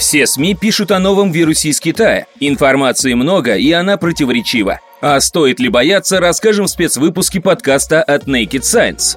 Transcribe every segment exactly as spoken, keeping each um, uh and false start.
Все СМИ пишут о новом вирусе из Китая. Информации много, и она противоречива. А стоит ли бояться, расскажем в спецвыпуске подкаста от Naked Science.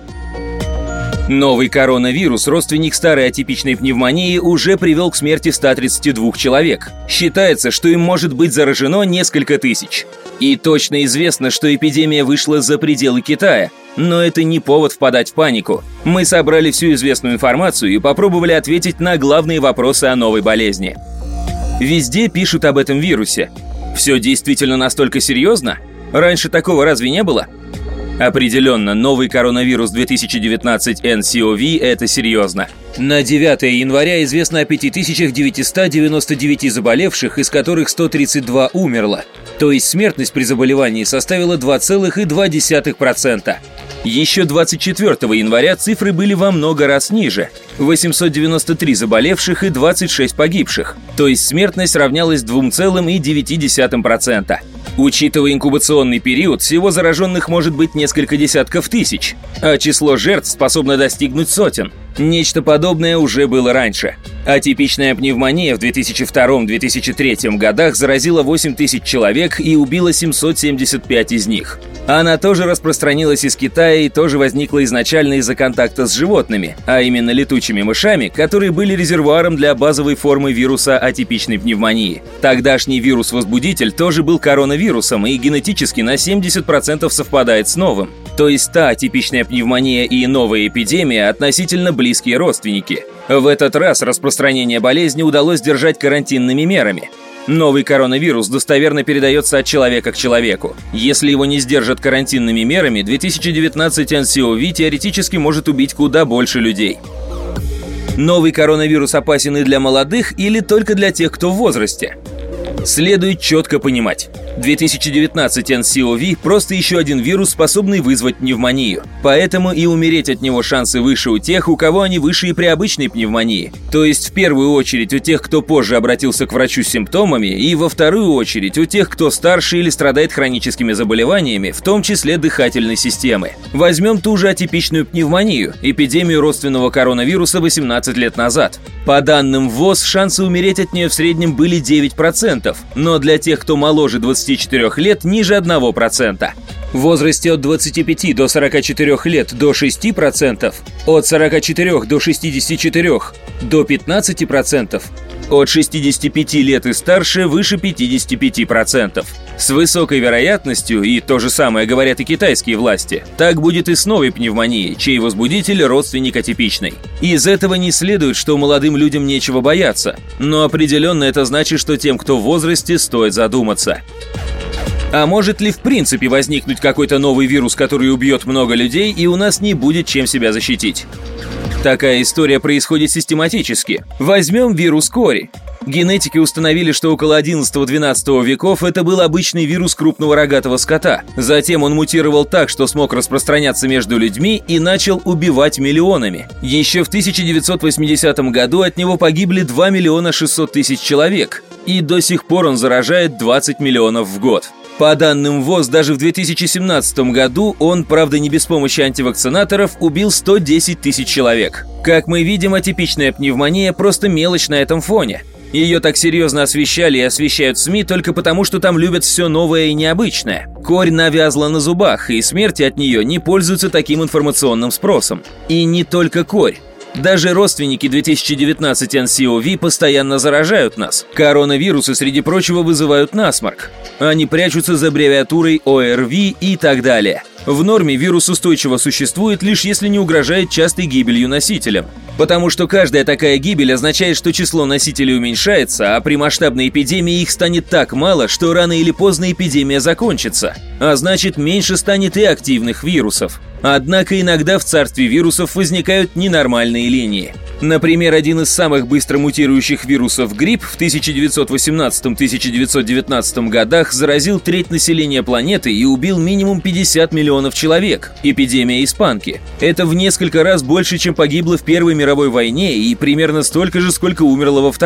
Новый коронавирус, родственник старой атипичной пневмонии, уже привел к смерти ста тридцати двух человек. Считается, что им может быть заражено несколько тысяч. И точно известно, что эпидемия вышла за пределы Китая. Но это не повод впадать в панику. Мы собрали всю известную информацию и попробовали ответить на главные вопросы о новой болезни. Везде пишут об этом вирусе. Все действительно настолько серьезно? Раньше такого разве не было? Определенно, новый коронавирус две тысячи девятнадцать эн си о ви – это серьезно. На девятое января известно о пяти тысячах девятистах девяноста девяти заболевших, из которых сто тридцать два умерло. То есть смертность при заболевании составила два целых две десятых процента. Еще двадцать четвёртого января цифры были во много раз ниже – восемьсот девяносто три заболевших и двадцать шесть погибших. То есть смертность равнялась двум целым девяти десятым процента. Учитывая инкубационный период, всего зараженных может быть несколько десятков тысяч, а число жертв способно достигнуть сотен. Нечто подобное уже было раньше. Атипичная пневмония в две тысячи втором — две тысячи третьем годах заразила восемь тысяч человек и убила семьсот семьдесят пять из них. Она тоже распространилась из Китая и тоже возникла изначально из-за контакта с животными, а именно летучими мышами, которые были резервуаром для базовой формы вируса атипичной пневмонии. Тогдашний вирус-возбудитель тоже был коронавирусом и генетически на семьдесят процентов совпадает с новым. То есть та атипичная пневмония и новая эпидемия относительно близкие родственники. В этот раз распространение болезни удалось держать карантинными мерами. Новый коронавирус достоверно передается от человека к человеку. Если его не сдержат карантинными мерами, две тысячи девятнадцать эн си о ви теоретически может убить куда больше людей. Новый коронавирус опасен и для молодых или только для тех, кто в возрасте? Следует четко понимать. две тысячи девятнадцать эн си о ви – просто еще один вирус, способный вызвать пневмонию. Поэтому и умереть от него шансы выше у тех, у кого они выше и при обычной пневмонии. То есть в первую очередь у тех, кто позже обратился к врачу с симптомами, и во вторую очередь у тех, кто старше или страдает хроническими заболеваниями, в том числе дыхательной системы. Возьмем ту же атипичную пневмонию, эпидемию родственного коронавируса восемнадцать лет назад. По данным ВОЗ, шансы умереть от нее в среднем были девять процентов, но для тех, кто моложе двадцати четырёх лет, ниже одного процента. В возрасте от двадцати пяти до сорока четырёх лет до шести процентов, от сорока четырёх до шестидесяти четырёх до пятнадцати процентов, от шестидесяти пяти лет и старше выше пятидесяти пяти процентов. С высокой вероятностью, и то же самое говорят и китайские власти, так будет и с новой пневмонией, чей возбудитель – родственник атипичной. Из этого не следует, что молодым людям нечего бояться, но определенно это значит, что тем, кто в возрасте, стоит задуматься. А может ли в принципе возникнуть какой-то новый вирус, который убьет много людей, и у нас не будет чем себя защитить? Такая история происходит систематически. Возьмем вирус кори. Генетики установили, что около одиннадцатого-двенадцатого веков это был обычный вирус крупного рогатого скота. Затем он мутировал так, что смог распространяться между людьми и начал убивать миллионами. Еще в тысяча девятьсот восьмидесятом году от него погибли два миллиона шестьсот тысяч человек. И до сих пор он заражает двадцать миллионов в год. По данным ВОЗ, даже в две тысячи семнадцатом году он, правда не без помощи антивакцинаторов, убил сто десять тысяч человек. Как мы видим, атипичная пневмония просто мелочь на этом фоне. Ее так серьезно освещали и освещают СМИ только потому, что там любят все новое и необычное. Корь навязла на зубах, и смерти от нее не пользуются таким информационным спросом. И не только корь. Даже родственники две тысячи девятнадцать эн си о ви постоянно заражают нас. Коронавирусы, среди прочего, вызывают насморк. Они прячутся за аббревиатурой о эр ви и так далее. В норме вирус устойчиво существует, лишь если не угрожает частой гибелью носителям. Потому что каждая такая гибель означает, что число носителей уменьшается, а при масштабной эпидемии их станет так мало, что рано или поздно эпидемия закончится. А значит, меньше станет и активных вирусов. Однако иногда в царстве вирусов возникают ненормальные линии. Например, один из самых быстро мутирующих вирусов грипп в тысяча девятьсот восемнадцатом — тысяча девятьсот девятнадцатом годах заразил треть населения планеты и убил минимум пятьдесят миллионов человек. Эпидемия испанки. Это в несколько раз больше, чем погибло в Первой мировой войне, и примерно столько же, сколько умерло во Второй.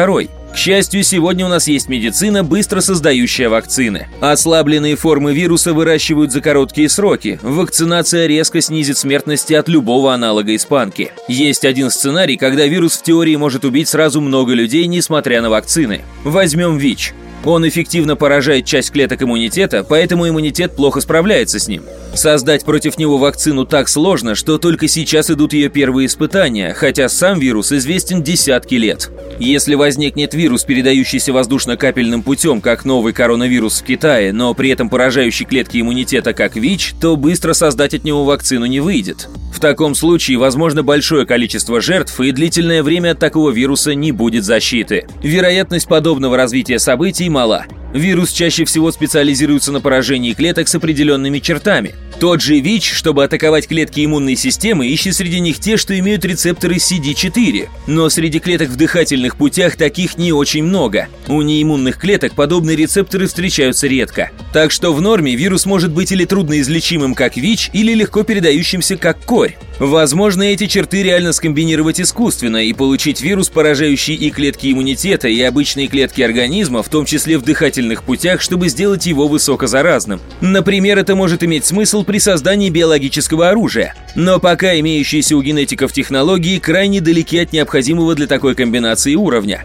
К счастью, сегодня у нас есть медицина, быстро создающая вакцины. Ослабленные формы вируса выращивают за короткие сроки. Вакцинация резко снизит смертность от любого аналога испанки. Есть один сценарий, когда вирус в теории может убить сразу много людей, несмотря на вакцины. Возьмем ВИЧ. Он эффективно поражает часть клеток иммунитета, поэтому иммунитет плохо справляется с ним. Создать против него вакцину так сложно, что только сейчас идут ее первые испытания, хотя сам вирус известен десятки лет. Если возникнет вирус, передающийся воздушно-капельным путем, как новый коронавирус в Китае, но при этом поражающий клетки иммунитета, как ВИЧ, то быстро создать от него вакцину не выйдет. В таком случае возможно большое количество жертв, и длительное время от такого вируса не будет защиты. Вероятность подобного развития событий мала. Вирус чаще всего специализируется на поражении клеток с определенными чертами. Тот же ВИЧ, чтобы атаковать клетки иммунной системы, ищет среди них те, что имеют рецепторы си ди четыре. Но среди клеток в дыхательных путях таких не очень много. У неиммунных клеток подобные рецепторы встречаются редко. Так что в норме вирус может быть или трудноизлечимым, как ВИЧ, или легко передающимся, как корь. Возможно, эти черты реально скомбинировать искусственно и получить вирус, поражающий и клетки иммунитета, и обычные клетки организма, в том числе в дыхательных путях, чтобы сделать его высокозаразным. Например, это может иметь смысл при создании биологического оружия. Но пока имеющиеся у генетиков технологии крайне далеки от необходимого для такой комбинации уровня.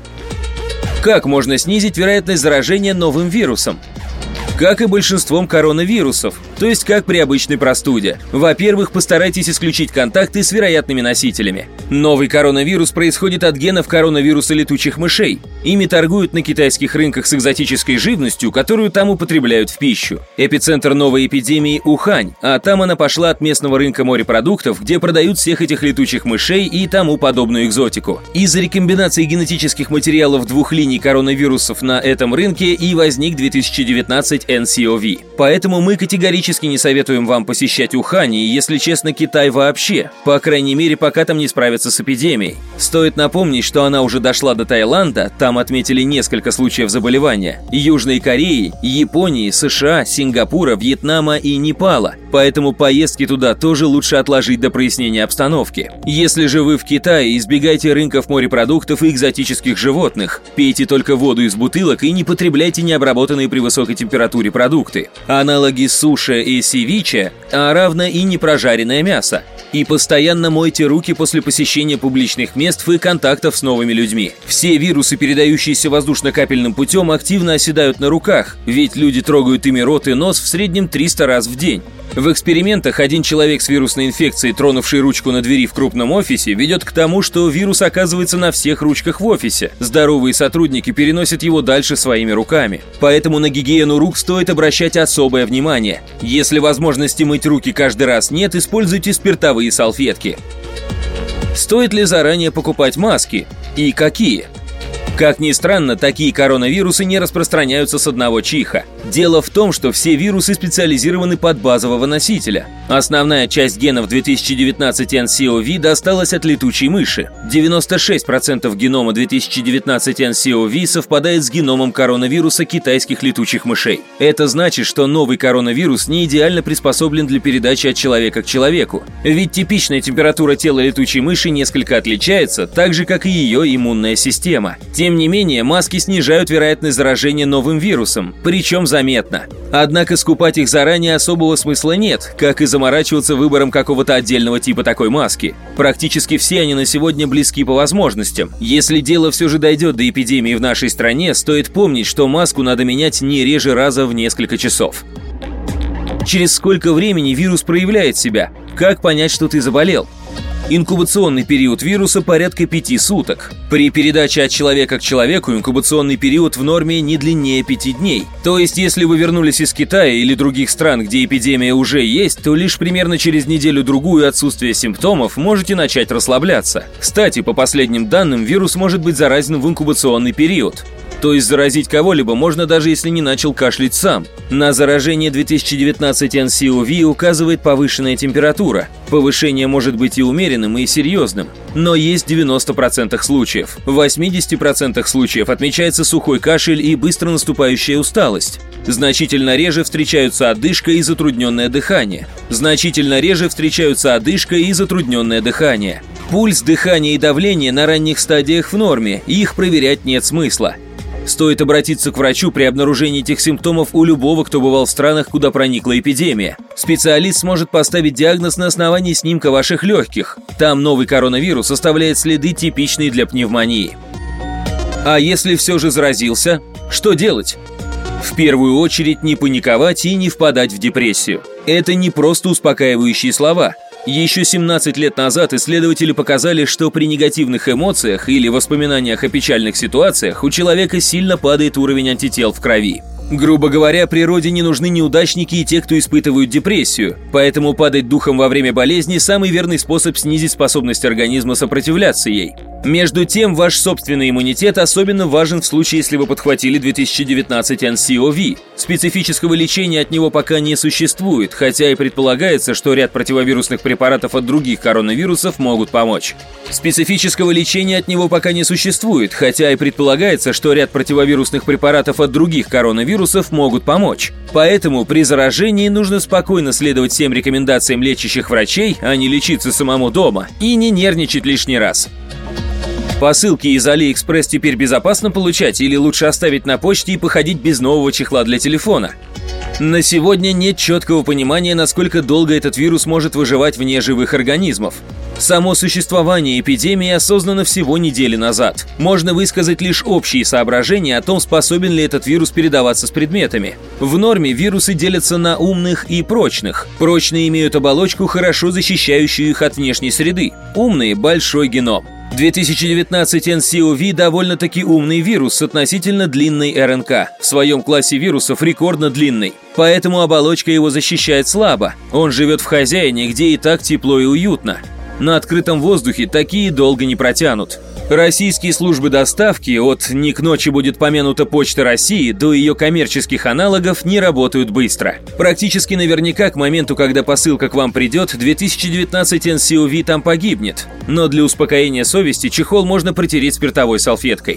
Как можно снизить вероятность заражения новым вирусом? Как и большинством коронавирусов, то есть как при обычной простуде. Во-первых, постарайтесь исключить контакты с вероятными носителями. Новый коронавирус происходит от генов коронавируса летучих мышей. Ими торгуют на китайских рынках с экзотической живностью, которую там употребляют в пищу. Эпицентр новой эпидемии – Ухань, а там она пошла от местного рынка морепродуктов, где продают всех этих летучих мышей и тому подобную экзотику. Из-за рекомбинации генетических материалов двух линий коронавирусов на этом рынке и возник две тысячи девятнадцать эн си о ви. Поэтому мы категорически не советуем вам посещать Ухань и, если честно, Китай вообще. По крайней мере, пока там не справятся с эпидемией. Стоит напомнить, что она уже дошла до Таиланда, там отметили несколько случаев заболевания, Южной Кореи, Японии, США, Сингапура, Вьетнама и Непала. Поэтому поездки туда тоже лучше отложить до прояснения обстановки. Если же вы в Китае, избегайте рынков морепродуктов и экзотических животных. Пейте только воду из бутылок и не потребляйте необработанные при высокой температуре продукты. Аналоги суши и севиче, а равно и непрожаренное мясо. И постоянно мойте руки после посещения публичных мест и контактов с новыми людьми. Все вирусы, передающиеся воздушно-капельным путем, активно оседают на руках, ведь люди трогают ими рот и нос в среднем триста раз в день. В экспериментах один человек с вирусной инфекцией, тронувший ручку на двери в крупном офисе, ведет к тому, что вирус оказывается на всех ручках в офисе. Здоровые сотрудники переносят его дальше своими руками. Поэтому на гигиену рук стоит обращать особое внимание. Если возможности мыть руки каждый раз нет, используйте спиртовые салфетки. Стоит ли заранее покупать маски? И какие? Как ни странно, такие коронавирусы не распространяются с одного чиха. Дело в том, что все вирусы специализированы под базового носителя. Основная часть генов две тысячи девятнадцать эн си о ви досталась от летучей мыши. девяносто шесть процентов генома две тысячи девятнадцать эн си о ви совпадает с геномом коронавируса китайских летучих мышей. Это значит, что новый коронавирус не идеально приспособлен для передачи от человека к человеку. Ведь типичная температура тела летучей мыши несколько отличается, так же, как и ее иммунная система. Тем не менее, маски снижают вероятность заражения новым вирусом, причем заметно. Однако скупать их заранее особого смысла нет, как и заморачиваться выбором какого-то отдельного типа такой маски. Практически все они на сегодня близки по возможностям. Если дело все же дойдет до эпидемии в нашей стране, стоит помнить, что маску надо менять не реже раза в несколько часов. Через сколько времени вирус проявляет себя? Как понять, что ты заболел? Инкубационный период вируса порядка пяти суток. При передаче от человека к человеку инкубационный период в норме не длиннее пяти дней. То есть, если вы вернулись из Китая или других стран, где эпидемия уже есть, то лишь примерно через неделю-другую отсутствия симптомов можете начать расслабляться. Кстати, по последним данным, вирус может быть заразен в инкубационный период. То есть заразить кого-либо можно даже если не начал кашлять сам. На заражение две тысячи девятнадцать эн си о ви указывает повышенная температура. Повышение может быть и умеренным, и серьезным. Но есть девяносто процентов случаев. В восьмидесяти процентах случаев отмечается сухой кашель и быстро наступающая усталость. Значительно реже встречаются одышка и затрудненное дыхание. Значительно реже встречаются одышка и затрудненное дыхание. Пульс, дыхание и давление на ранних стадиях в норме, и их проверять нет смысла. Стоит обратиться к врачу при обнаружении этих симптомов у любого, кто бывал в странах, куда проникла эпидемия. Специалист сможет поставить диагноз на основании снимка ваших легких. Там новый коронавирус оставляет следы, типичные для пневмонии. А если все же заразился, что делать? В первую очередь не паниковать и не впадать в депрессию. Это не просто успокаивающие слова. Еще семнадцать лет назад исследователи показали, что при негативных эмоциях или воспоминаниях о печальных ситуациях у человека сильно падает уровень антител в крови. Грубо говоря, природе не нужны неудачники и те, кто испытывают депрессию, поэтому падать духом во время болезни – самый верный способ снизить способность организма сопротивляться ей. Между тем, ваш собственный иммунитет особенно важен в случае, если вы подхватили две тысячи девятнадцать эн си о ви. Специфического лечения от него пока не существует, хотя и предполагается, что ряд противовирусных препаратов от других коронавирусов могут помочь. Специфического лечения от него пока не существует, хотя и предполагается, что ряд противовирусных препаратов от других коронавирусов могут помочь. Поэтому при заражении нужно спокойно следовать всем рекомендациям лечащих врачей, а не лечиться самому дома, и не нервничать лишний раз. Посылки из Алиэкспресс теперь безопасно получать или лучше оставить на почте и походить без нового чехла для телефона? На сегодня нет четкого понимания, насколько долго этот вирус может выживать вне живых организмов. Само существование эпидемии осознано всего недели назад. Можно высказать лишь общие соображения о том, способен ли этот вирус передаваться с предметами. В норме вирусы делятся на умных и прочных. Прочные имеют оболочку, хорошо защищающую их от внешней среды. Умные – большой геном. две тысячи девятнадцать эн си о ви довольно-таки умный вирус с относительно длинной эр эн ка, в своем классе вирусов рекордно длинный. Поэтому оболочка его защищает слабо. Он живет в хозяине, где и так тепло и уютно. На открытом воздухе такие долго не протянут. Российские службы доставки, от «не к ночи будет помянута Почта России» до ее коммерческих аналогов, не работают быстро. Практически наверняка к моменту, когда посылка к вам придет, две тысячи девятнадцать эн си о ви там погибнет. Но для успокоения совести чехол можно протереть спиртовой салфеткой.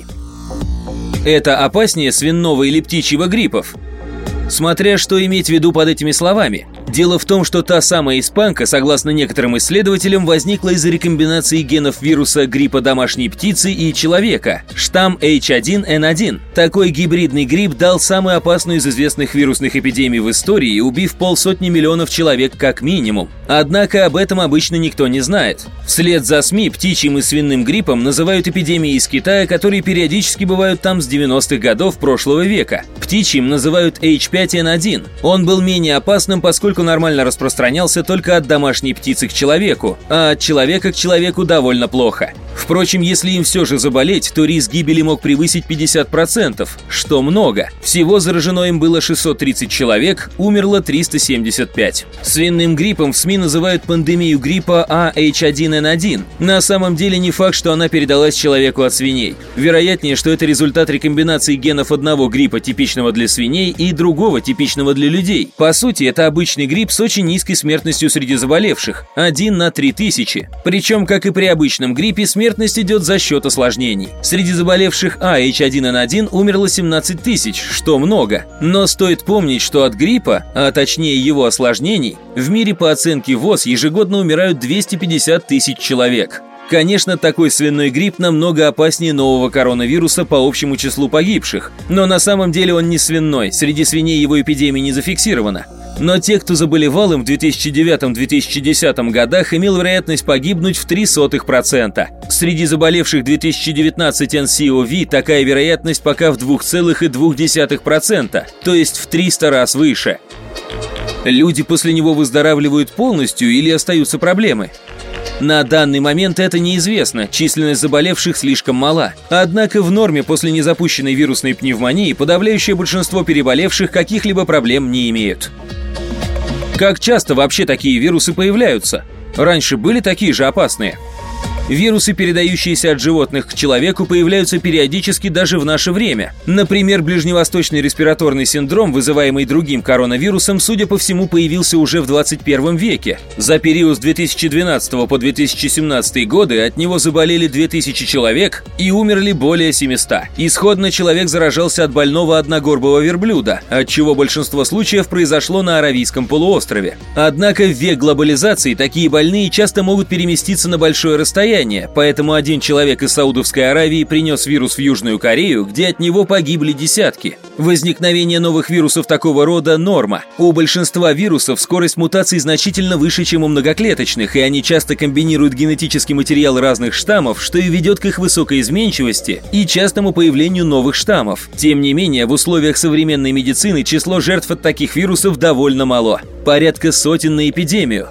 Это опаснее свиного или птичьего гриппов? Смотря что иметь в виду под этими словами. Дело в том, что та самая испанка, согласно некоторым исследователям, возникла из-за рекомбинации генов вируса гриппа домашней птицы и человека, штамм эйч один эн один. Такой гибридный грипп дал самую опасную из известных вирусных эпидемий в истории, убив полсотни миллионов человек как минимум. Однако об этом обычно никто не знает. Вслед за СМИ птичьим и свиным гриппом называют эпидемии из Китая, которые периодически бывают там с девяностых годов прошлого века. Птичьим называют эйч пять эн один. Он был менее опасным, поскольку нормально распространялся только от домашней птицы к человеку, а от человека к человеку довольно плохо. Впрочем, если им все же заболеть, то риск гибели мог превысить пятьдесят процентов, что много. Всего заражено им было шестьсот тридцать человек, умерло триста семьдесят пять. Свиным гриппом в СМИ называют пандемию гриппа а эйч один эн один. На самом деле не факт, что она передалась человеку от свиней. Вероятнее, что это результат рекомбинации генов одного гриппа, типичного для свиней, и другого, типичного для людей. По сути, это обычный грипп с очень низкой смертностью среди заболевших – один на три тысячи. Причем, как и при обычном гриппе, смертность идет за счет осложнений. Среди заболевших а эйч один эн один умерло семнадцать тысяч, что много. Но стоит помнить, что от гриппа, а точнее его осложнений, в мире по оценке ВОЗ ежегодно умирают двести пятьдесят тысяч человек. Конечно, такой свиной грипп намного опаснее нового коронавируса по общему числу погибших, но на самом деле он не свиной, среди свиней его эпидемии не зафиксировано. Но те, кто заболевал им в две тысячи девятом — две тысячи десятом годах, имел вероятность погибнуть в ноль целых три сотых процента. Среди заболевших две тысячи девятнадцать эн си о ви такая вероятность пока в два целых две десятых процента, то есть в триста раз выше. Люди после него выздоравливают полностью или остаются проблемы? На данный момент это неизвестно, численность заболевших слишком мала. Однако в норме после незапущенной вирусной пневмонии подавляющее большинство переболевших каких-либо проблем не имеют. Как часто вообще такие вирусы появляются? Раньше были такие же опасные? Вирусы, передающиеся от животных к человеку, появляются периодически даже в наше время. Например, ближневосточный респираторный синдром, вызываемый другим коронавирусом, судя по всему, появился уже в двадцать первом веке. За период с две тысячи двенадцатого по две тысячи семнадцатый годы от него заболели две тысячи человек и умерли более семисот. Исходно человек заражался от больного одногорбого верблюда, отчего большинство случаев произошло на Аравийском полуострове. Однако в век глобализации такие больные часто могут переместиться на большое расстояние, расстояние, поэтому один человек из Саудовской Аравии принес вирус в Южную Корею, где от него погибли десятки. Возникновение новых вирусов такого рода – норма. У большинства вирусов скорость мутаций значительно выше, чем у многоклеточных, и они часто комбинируют генетический материал разных штаммов, что и ведет к их высокой изменчивости и частому появлению новых штаммов. Тем не менее, в условиях современной медицины число жертв от таких вирусов довольно мало – порядка сотен на эпидемию.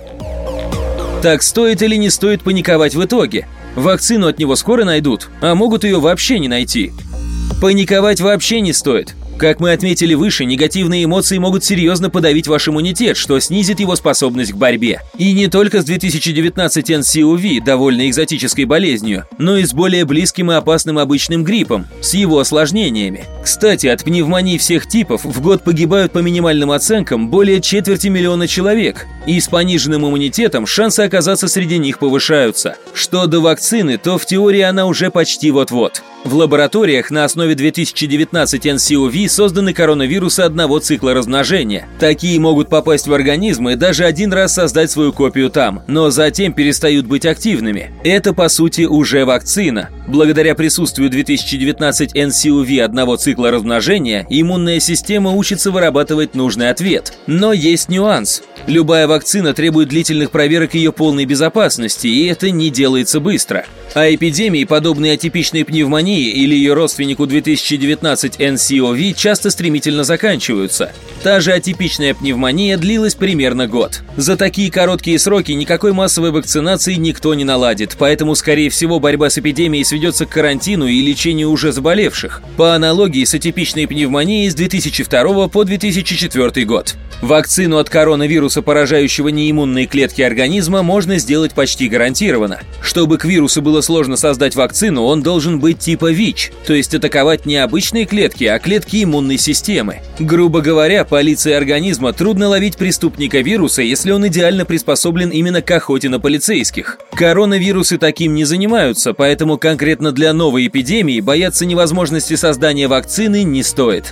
Так стоит или не стоит паниковать в итоге? Вакцину от него скоро найдут, а могут ее вообще не найти. Паниковать вообще не стоит. Как мы отметили выше, негативные эмоции могут серьезно подавить ваш иммунитет, что снизит его способность к борьбе. И не только с две тысячи девятнадцать эн си о ви, довольно экзотической болезнью, но и с более близким и опасным обычным гриппом, с его осложнениями. Кстати, от пневмонии всех типов в год погибают по минимальным оценкам более четверти миллиона человек, и с пониженным иммунитетом шансы оказаться среди них повышаются. Что до вакцины, то в теории она уже почти вот-вот. В лабораториях на основе две тысячи девятнадцать эн си о ви созданы коронавирусы одного цикла размножения. Такие могут попасть в организм и даже один раз создать свою копию там, но затем перестают быть активными. Это, по сути, уже вакцина. Благодаря присутствию две тысячи девятнадцать эн си о ви одного цикла размножения, иммунная система учится вырабатывать нужный ответ. Но есть нюанс. Любая вакцина требует длительных проверок ее полной безопасности, и это не делается быстро. А эпидемии, подобные атипичной пневмонии или ее родственнику две тысячи девятнадцать эн си о ви, часто стремительно заканчиваются. Та же атипичная пневмония длилась примерно год. За такие короткие сроки никакой массовой вакцинации никто не наладит, поэтому, скорее всего, борьба с эпидемией сведется к карантину и лечению уже заболевших. По аналогии с атипичной пневмонией с две тысячи второго по две тысячи четвёртый год. Вакцину от коронавируса, поражающего неиммунные клетки организма, можно сделать почти гарантированно. Чтобы к вирусу было сложно создать вакцину, он должен быть типа ВИЧ, то есть атаковать не обычные клетки, а клетки иммунной системы. Грубо говоря, полиции организма трудно ловить преступника вируса, если он идеально приспособлен именно к охоте на полицейских. Коронавирусы таким не занимаются, поэтому конкретно для новой эпидемии бояться невозможности создания вакцины не стоит.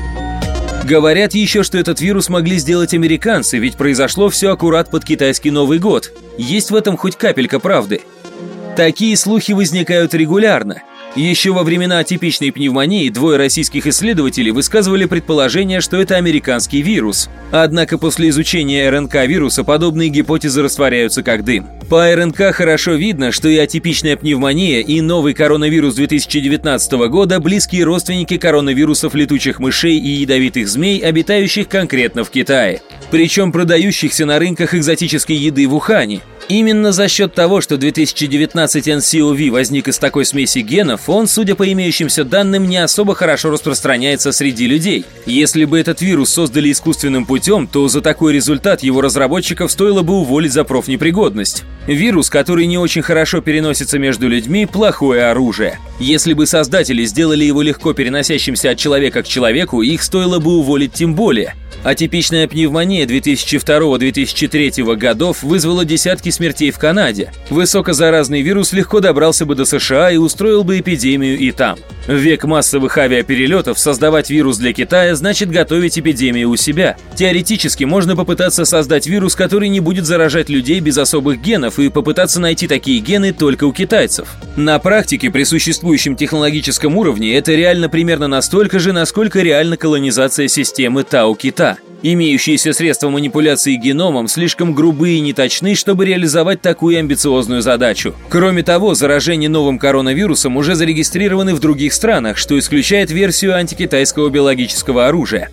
Говорят еще, что этот вирус могли сделать американцы, ведь произошло все аккурат под китайский Новый год. Есть в этом хоть капелька правды? Такие слухи возникают регулярно. Еще во времена атипичной пневмонии двое российских исследователей высказывали предположение, что это американский вирус. Однако после изучения эр эн ка вируса подобные гипотезы растворяются как дым. По эр эн ка хорошо видно, что и атипичная пневмония, и новый коронавирус две тысячи девятнадцатого года – близкие родственники коронавирусов летучих мышей и ядовитых змей, обитающих конкретно в Китае. Причем продающихся на рынках экзотической еды в Ухане. Именно за счет того, что две тысячи девятнадцать эн си о ви возник из такой смеси генов, он, судя по имеющимся данным, не особо хорошо распространяется среди людей. Если бы этот вирус создали искусственным путем, то за такой результат его разработчиков стоило бы уволить за профнепригодность. Вирус, который не очень хорошо переносится между людьми, плохое оружие. Если бы создатели сделали его легко переносящимся от человека к человеку, их стоило бы уволить тем более. Атипичная пневмония две тысячи второго — две тысячи третьего годов вызвала десятки смертей в Канаде. Высокозаразный вирус легко добрался бы до США и устроил бы эпидемию и там. В век массовых авиаперелетов создавать вирус для Китая значит готовить эпидемию у себя. Теоретически можно попытаться создать вирус, который не будет заражать людей без особых генов, и попытаться найти такие гены только у китайцев. На практике при существующем технологическом уровне это реально примерно настолько же, насколько реальна колонизация системы Тау-Кита. Имеющиеся средства манипуляции геномом слишком грубые и неточны, чтобы реализовать такую амбициозную задачу. Кроме того, заражение новым коронавирусом уже зарегистрированы в других странах, что исключает версию антикитайского биологического оружия.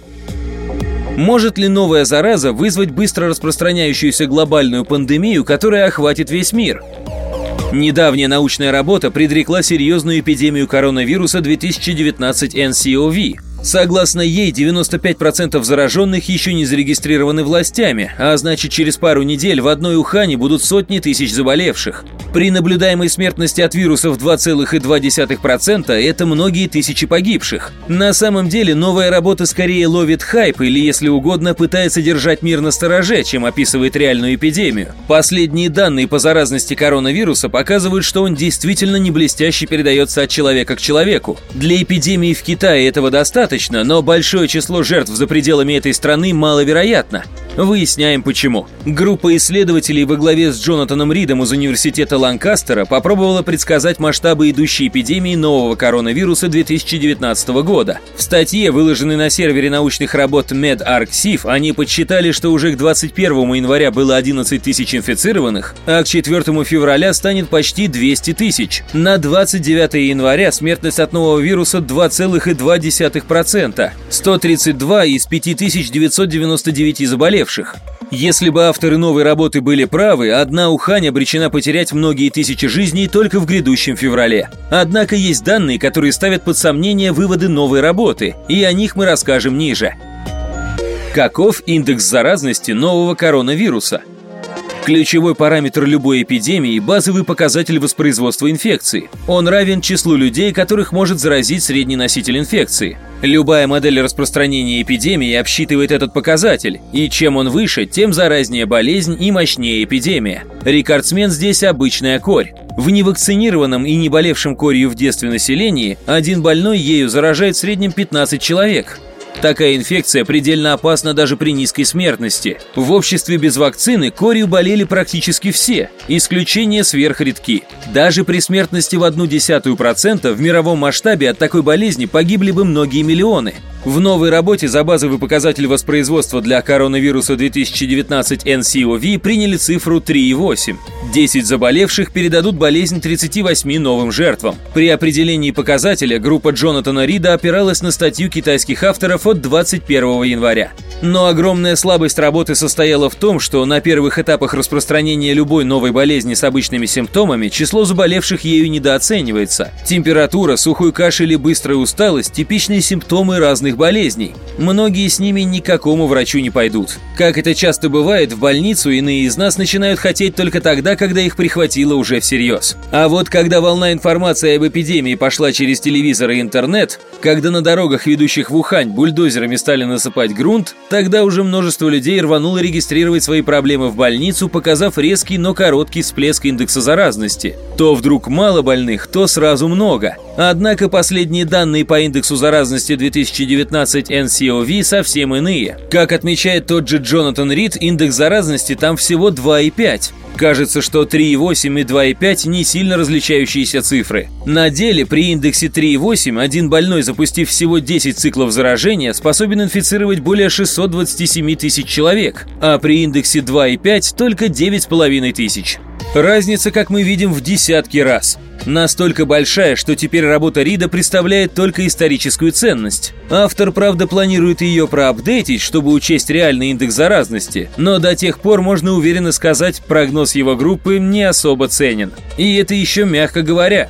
Может ли новая зараза вызвать быстро распространяющуюся глобальную пандемию, которая охватит весь мир? Недавняя научная работа предрекла серьезную эпидемию коронавируса две тысячи девятнадцать эн си о ви. Согласно ей, девяносто пять процентов зараженных еще не зарегистрированы властями, а значит, через пару недель в одной Ухане будут сотни тысяч заболевших. При наблюдаемой смертности от вируса в два целых две десятых процента это многие тысячи погибших. На самом деле, новая работа скорее ловит хайп или, если угодно, пытается держать мир настороже, чем описывает реальную эпидемию. Последние данные по заразности коронавируса показывают, что он действительно не блестяще передается от человека к человеку. Для эпидемии в Китае этого достаточно, но большое число жертв за пределами этой страны маловероятно. Выясняем почему. Группа исследователей во главе с Джонатаном Ридом из университета Ланкастера попробовала предсказать масштабы идущей эпидемии нового коронавируса две тысячи девятнадцатого года. В статье, выложенной на сервере научных работ medArXiv, они подсчитали, что уже к двадцать первому января было одиннадцать тысяч инфицированных, а к четвёртому февраля станет почти двести тысяч. На двадцать девятое января смертность от нового вируса два целых две десятых процента, сто тридцать два из пяти тысяч девятисот девяноста девяти заболевших. Если бы авторы новой работы были правы, одна Ухань обречена потерять многие тысячи жизней только в грядущем феврале. Однако есть данные, которые ставят под сомнение выводы новой работы, и о них мы расскажем ниже. Каков индекс заразности нового коронавируса? Ключевой параметр любой эпидемии – базовый показатель воспроизводства инфекции. Он равен числу людей, которых может заразить средний носитель инфекции. Любая модель распространения эпидемии обсчитывает этот показатель, и чем он выше, тем заразнее болезнь и мощнее эпидемия. Рекордсмен здесь обычная корь. В невакцинированном и не болевшем корью в детстве населении один больной ею заражает в среднем пятнадцать человек. Такая инфекция предельно опасна даже при низкой смертности. В обществе без вакцины корью болели практически все, исключения сверхредки. Даже при смертности в одну десятую процента в мировом масштабе от такой болезни погибли бы многие миллионы. В новой работе за базовый показатель воспроизводства для коронавируса две тысячи девятнадцать эн си о ви приняли цифру три и восемь. десять заболевших передадут болезнь тридцати восьми новым жертвам. При определении показателя группа Джонатана Рида опиралась на статью китайских авторов от двадцать первого января. Но огромная слабость работы состояла в том, что на первых этапах распространения любой новой болезни с обычными симптомами число заболевших ею недооценивается. Температура, сухой кашель и быстрая усталость – типичные симптомы разных болезней. Многие с ними ни к какому врачу не пойдут. Как это часто бывает, в больницу иные из нас начинают хотеть только тогда, когда их прихватило уже всерьез. А вот когда волна информации об эпидемии пошла через телевизор и интернет, когда на дорогах, ведущих в Ухань, бульдозерами стали насыпать грунт, тогда уже множество людей рвануло регистрировать свои проблемы в больницу, показав резкий, но короткий всплеск индекса заразности. То вдруг мало больных, то сразу много. Однако последние данные по индексу заразности две тысячи девятнадцать эн си о ви совсем иные. Как отмечает тот же Джонатан Рид, индекс заразности там всего два и пять. Кажется, что три и восемь и два и пять не сильно различающиеся цифры. На деле при индексе три и восемь один больной, запустив всего десять циклов заражения, способен инфицировать более шестисот двадцати семи тысяч человек, а при индексе два и пять только девять с половиной тысяч. Разница, как мы видим, в десятки раз. Настолько большая, что теперь работа Рида представляет только историческую ценность. Автор, правда, планирует ее проапдейтить, чтобы учесть реальный индекс заразности, но до тех пор можно уверенно сказать, прогноз его группы не особо ценен. И это еще мягко говоря.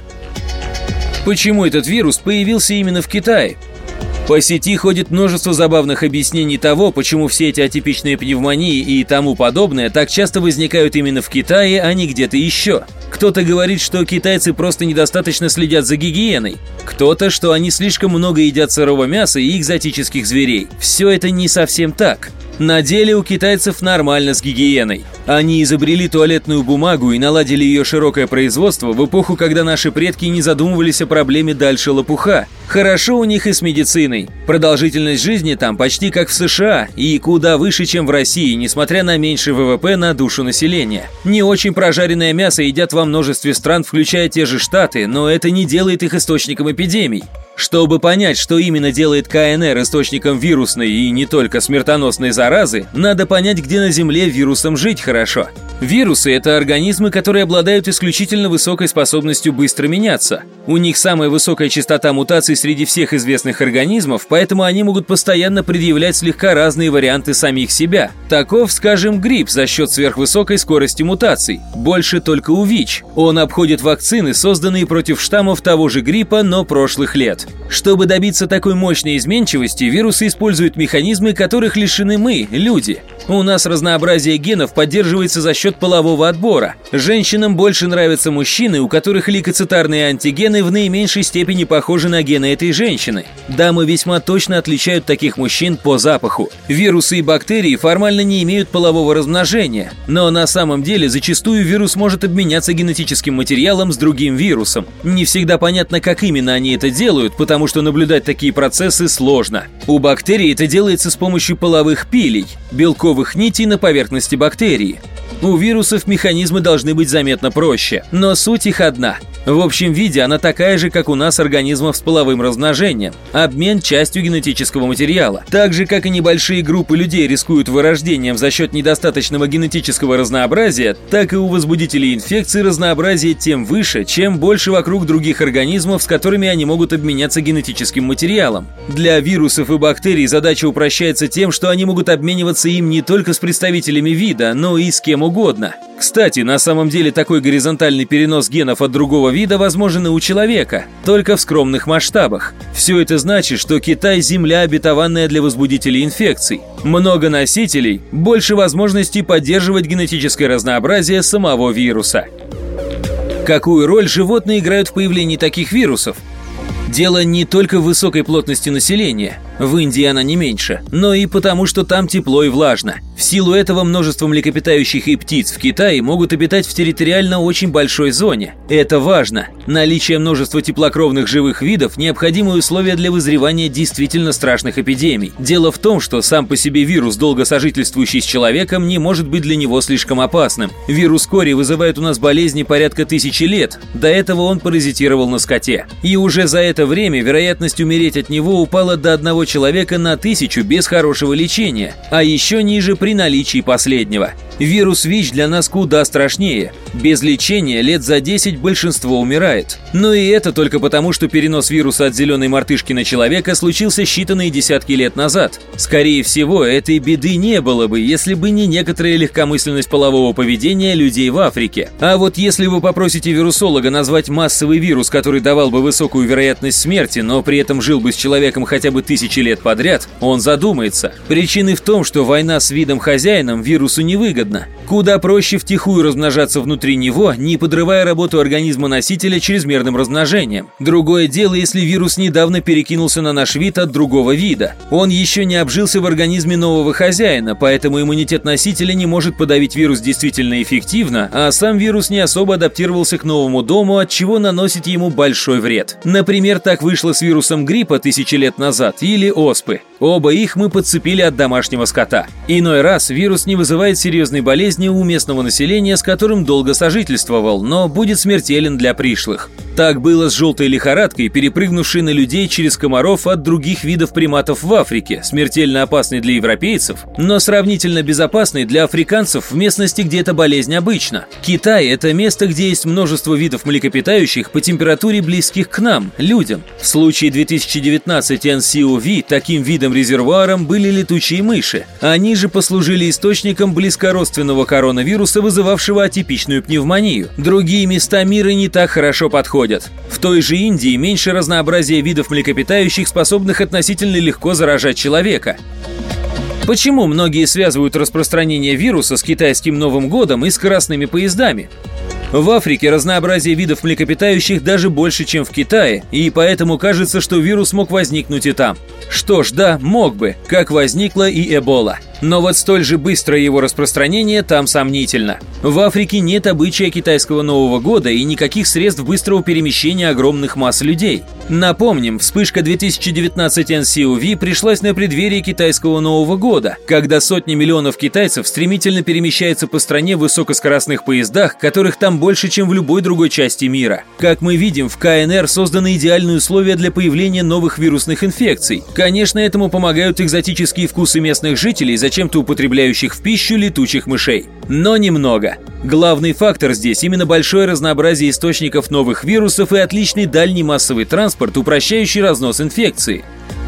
Почему этот вирус появился именно в Китае? По сети ходит множество забавных объяснений того, почему все эти атипичные пневмонии и тому подобное так часто возникают именно в Китае, а не где-то еще. Кто-то говорит, что китайцы просто недостаточно следят за гигиеной. Кто-то, что они слишком много едят сырого мяса и экзотических зверей. Все это не совсем так. На деле у китайцев нормально с гигиеной. Они изобрели туалетную бумагу и наладили ее широкое производство в эпоху, когда наши предки не задумывались о проблеме дальше лопуха. Хорошо у них и с медициной. Продолжительность жизни там почти как в США и куда выше, чем в России, несмотря на меньший вэ вэ пэ на душу населения. Не очень прожаренное мясо едят во множестве стран, включая те же Штаты, но это не делает их источником эпидемий. Чтобы понять, что именно делает ка эн эр источником вирусной и не только смертоносной заразы, надо понять, где на Земле вирусам жить хорошо. Вирусы – это организмы, которые обладают исключительно высокой способностью быстро меняться. У них самая высокая частота мутаций среди всех известных организмов, поэтому они могут постоянно предъявлять слегка разные варианты самих себя. Таков, скажем, грипп за счет сверхвысокой скорости мутаций. Больше только у ВИЧ. Он обходит вакцины, созданные против штаммов того же гриппа, но прошлых лет. Чтобы добиться такой мощной изменчивости, вирусы используют механизмы, которых лишены мы, люди. У нас разнообразие генов поддерживается за счет полового отбора. Женщинам больше нравятся мужчины, у которых лейкоцитарные антигены в наименьшей степени похожи на гены этой женщины. Дамы весьма точно отличают таких мужчин по запаху. Вирусы и бактерии формально не имеют полового размножения, но на самом деле зачастую вирус может обменяться генетическим материалом с другим вирусом. Не всегда понятно, как именно они это делают, потому что наблюдать такие процессы сложно. У бактерий это делается с помощью половых пилей, белковых нитей на поверхности бактерии. У вирусов механизмы должны быть заметно проще, но суть их одна. В общем виде она такая же, как у нас организмов с половым размножением – обмен частью генетического материала. Так же, как и небольшие группы людей рискуют вырождением за счет недостаточного генетического разнообразия, так и у возбудителей инфекций разнообразие тем выше, чем больше вокруг других организмов, с которыми они могут обменяться генетическим материалом. Для вирусов и бактерий задача упрощается тем, что они могут обмениваться им не только с представителями вида, но и с кем угодно. Кстати, на самом деле такой горизонтальный перенос генов от другого вида возможен и у человека, только в скромных масштабах. Все это значит, что Китай – земля, обетованная для возбудителей инфекций. Много носителей, больше возможностей поддерживать генетическое разнообразие самого вируса. Какую роль животные играют в появлении таких вирусов? Дело не только в высокой плотности населения, в Индии она не меньше, но и потому, что там тепло и влажно. В силу этого множество млекопитающих и птиц в Китае могут обитать в территориально очень большой зоне. Это важно. Наличие множества теплокровных живых видов – необходимые условия для вызревания действительно страшных эпидемий. Дело в том, что сам по себе вирус, долго сожительствующий с человеком, не может быть для него слишком опасным. Вирус кори вызывает у нас болезни порядка тысячи лет. До этого он паразитировал на скоте. И уже за это время вероятность умереть от него упала до одного человека на тысячу без хорошего лечения, а еще ниже при наличии последнего. Вирус ВИЧ для нас куда страшнее. Без лечения лет за десять большинство умирает. Но и это только потому, что перенос вируса от зеленой мартышки на человека случился считанные десятки лет назад. Скорее всего, этой беды не было бы, если бы не некоторая легкомысленность полового поведения людей в Африке. А вот если вы попросите вирусолога назвать массовый вирус, который давал бы высокую вероятность смерти, но при этом жил бы с человеком хотя бы тысячи лет подряд, он задумается. Причины в том, что война с видом-хозяином вирусу невыгодна. Куда проще втихую размножаться внутри него, не подрывая работу организма носителя чрезмерным размножением. Другое дело, если вирус недавно перекинулся на наш вид от другого вида. Он еще не обжился в организме нового хозяина, поэтому иммунитет носителя не может подавить вирус действительно эффективно, а сам вирус не особо адаптировался к новому дому, от чего наносит ему большой вред. Например, так вышло с вирусом гриппа тысячи лет назад или оспы. Оба их мы подцепили от домашнего скота. Иной раз вирус не вызывает серьезной болезни у местного населения, с которым долго сожительствовал, но будет смертелен для пришлых. Так было с желтой лихорадкой, перепрыгнувшей на людей через комаров от других видов приматов в Африке, смертельно опасной для европейцев, но сравнительно безопасной для африканцев в местности, где эта болезнь обычна. Китай – это место, где есть множество видов млекопитающих по температуре близких к нам, людям. В случае две тысячи девятнадцать эн си о ви таким видом резервуаром были летучие мыши. Они же послужили источником близкородственного коронавируса, вызывавшего атипичную пневмонию. Другие места мира не так хорошо подходят. В той же Индии меньше разнообразия видов млекопитающих, способных относительно легко заражать человека. Почему многие связывают распространение вируса с китайским Новым годом и скоростными поездами? В Африке разнообразие видов млекопитающих даже больше, чем в Китае, и поэтому кажется, что вирус мог возникнуть и там. Что ж, да, мог бы, как возникла и Эбола. Но вот столь же быстрое его распространение там сомнительно. В Африке нет обычая китайского Нового года и никаких средств быстрого перемещения огромных масс людей. Напомним, вспышка две тысячи девятнадцать эн си о ви пришлась на преддверии китайского Нового года, когда сотни миллионов китайцев стремительно перемещаются по стране в высокоскоростных поездах, которых там больше, чем в любой другой части мира. Как мы видим, в ка эн эр созданы идеальные условия для появления новых вирусных инфекций. Конечно, этому помогают экзотические вкусы местных жителей, зачем-то употребляющих в пищу летучих мышей. Но немного. Главный фактор здесь именно большое разнообразие источников новых вирусов и отличный дальний массовый транспорт, упрощающий разнос инфекции.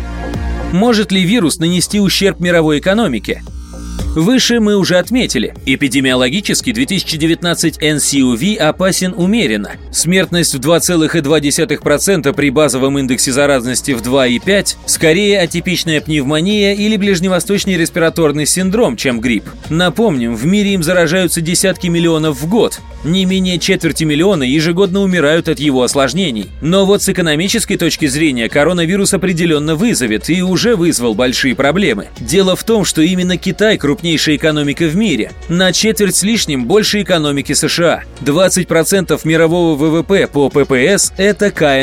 Может ли вирус нанести ущерб мировой экономике? Выше мы уже отметили, эпидемиологически две тысячи девятнадцать эн си о ви опасен умеренно. Смертность в два целых две десятых процента при базовом индексе заразности в два и пять, скорее атипичная пневмония или ближневосточный респираторный синдром, чем грипп. Напомним, в мире им заражаются десятки миллионов в год. Не менее четверти миллиона ежегодно умирают от его осложнений. Но вот с экономической точки зрения коронавирус определенно вызовет и уже вызвал большие проблемы. Дело в том, что именно Китай крупнейшая экономика в мире. На четверть с лишним больше экономики США. двадцать процентов мирового вэ вэ пэ по пэ пэ эс – это ка эн эр.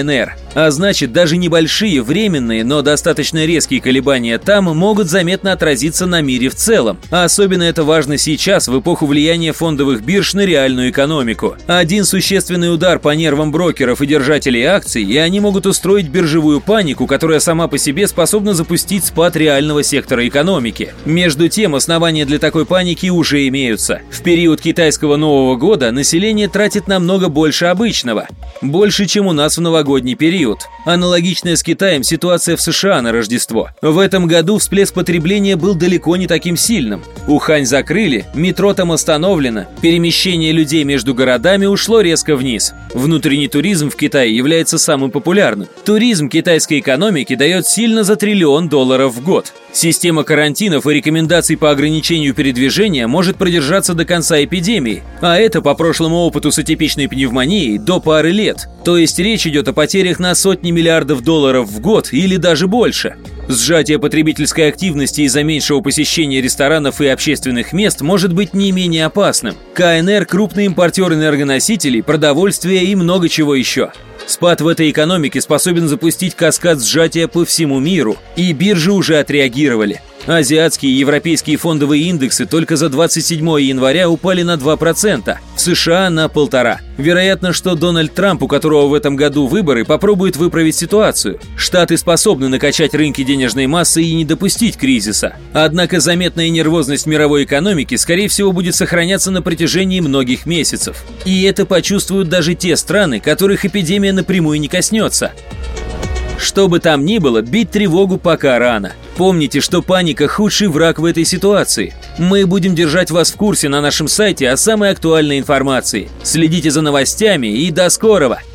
А значит, даже небольшие, временные, но достаточно резкие колебания там могут заметно отразиться на мире в целом. А особенно это важно сейчас, в эпоху влияния фондовых бирж на реальную экономику. Один существенный удар по нервам брокеров и держателей акций, и они могут устроить биржевую панику, которая сама по себе способна запустить спад реального сектора экономики. Между тем, основания для такой паники уже имеются. В период китайского Нового года население тратит намного больше обычного. Больше, чем у нас в новогодний период. Аналогичная с Китаем ситуация в США на Рождество. В этом году всплеск потребления был далеко не таким сильным. Ухань закрыли, метро там остановлено, перемещение людей между городами ушло резко вниз. Внутренний туризм в Китае является самым популярным. Туризм китайской экономики дает сильно за триллион долларов в год. Система карантинов и рекомендаций по ограничению передвижения может продержаться до конца эпидемии, а это, по прошлому опыту с атипичной пневмонией, до пары лет. То есть речь идет о потерях на сотни миллиардов долларов в год или даже больше. Сжатие потребительской активности из-за меньшего посещения ресторанов и общественных мест может быть не менее опасным. КНР – крупный импортер энергоносителей, продовольствия и много чего еще. Спад в этой экономике способен запустить каскад сжатия по всему миру, и биржи уже отреагировали. Азиатские и европейские фондовые индексы только за двадцать седьмое января упали на два процента, в США на полтора процента. Вероятно, что Дональд Трамп, у которого в этом году выборы, попробует выправить ситуацию. Штаты способны накачать рынки денежной массы и не допустить кризиса. Однако заметная нервозность мировой экономики, скорее всего, будет сохраняться на протяжении многих месяцев. И это почувствуют даже те страны, которых эпидемия напрямую не коснется. Что бы там ни было, бить тревогу пока рано. Помните, что паника – худший враг в этой ситуации. Мы будем держать вас в курсе на нашем сайте о самой актуальной информации. Следите за новостями и до скорого!